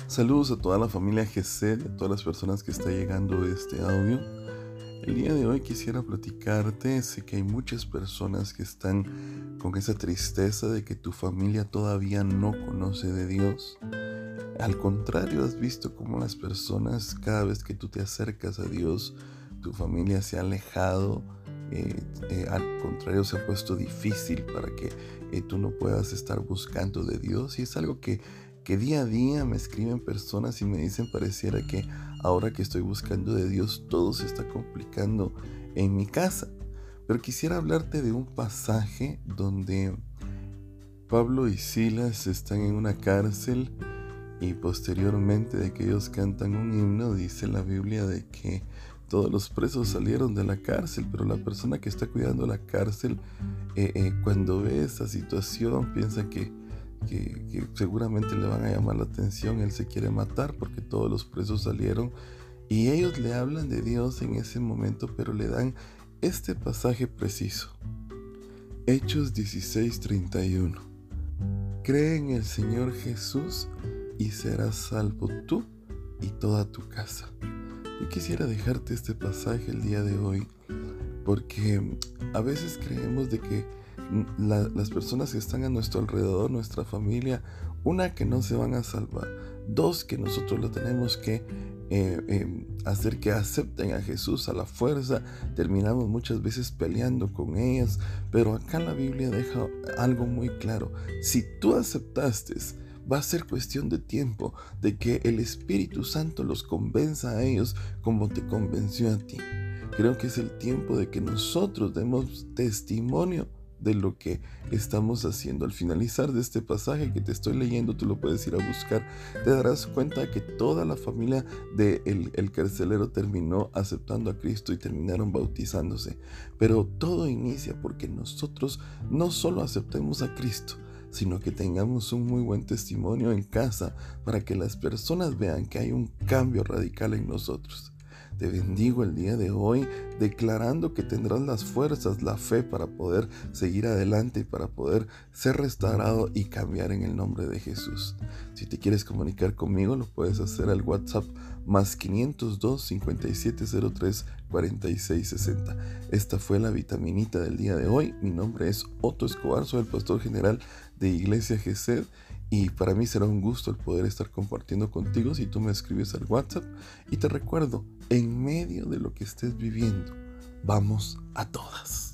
Saludos a toda la familia GC y a todas las personas que está llegando este audio. El día de hoy quisiera platicarte, sé que hay muchas personas que están con esa tristeza de que tu familia todavía no conoce de Dios. Al contrario, has visto cómo las personas, cada vez que tú te acercas a Dios, tu familia se ha alejado. Al contrario, se ha puesto difícil para que tú no puedas estar buscando de Dios, y es algo que día a día me escriben personas y me dicen: pareciera que ahora que estoy buscando de Dios todo se está complicando en mi casa. Pero quisiera hablarte de un pasaje donde Pablo y Silas están en una cárcel y posteriormente de que ellos cantan un himno, dice la Biblia de que todos los presos salieron de la cárcel, pero la persona que está cuidando la cárcel, cuando ve esa situación, piensa que seguramente le van a llamar la atención. Él se quiere matar porque todos los presos salieron, y ellos le hablan de Dios en ese momento, pero le dan este pasaje preciso. Hechos 16:31. Cree en el Señor Jesús y serás salvo tú y toda tu casa. Yo quisiera dejarte este pasaje el día de hoy porque a veces creemos de que las personas que están a nuestro alrededor, nuestra familia, una, que no se van a salvar; dos, que nosotros lo tenemos que hacer que acepten a Jesús a la fuerza. Terminamos muchas veces peleando con ellas, pero acá la Biblia deja algo muy claro: si tú aceptaste, va a ser cuestión de tiempo de que el Espíritu Santo los convenza a ellos como te convenció a ti. Creo que es el tiempo de que nosotros demos testimonio de lo que estamos haciendo. Al finalizar de este pasaje que te estoy leyendo, tú lo puedes ir a buscar, te darás cuenta que toda la familia del carcelero terminó aceptando a Cristo y terminaron bautizándose. Pero todo inicia porque nosotros no solo aceptemos a Cristo, sino que tengamos un muy buen testimonio en casa para que las personas vean que hay un cambio radical en nosotros. Te bendigo el día de hoy, declarando que tendrás las fuerzas, la fe para poder seguir adelante y para poder ser restaurado y cambiar en el nombre de Jesús. Si te quieres comunicar conmigo, lo puedes hacer al WhatsApp más 502 5703 4660. Esta fue la vitaminita del día de hoy. Mi nombre es Otto Escobar, soy el pastor general de Iglesia GC, y para mí será un gusto el poder estar compartiendo contigo si tú me escribes al WhatsApp. Y te recuerdo, en medio de lo que estés viviendo, vamos a todas.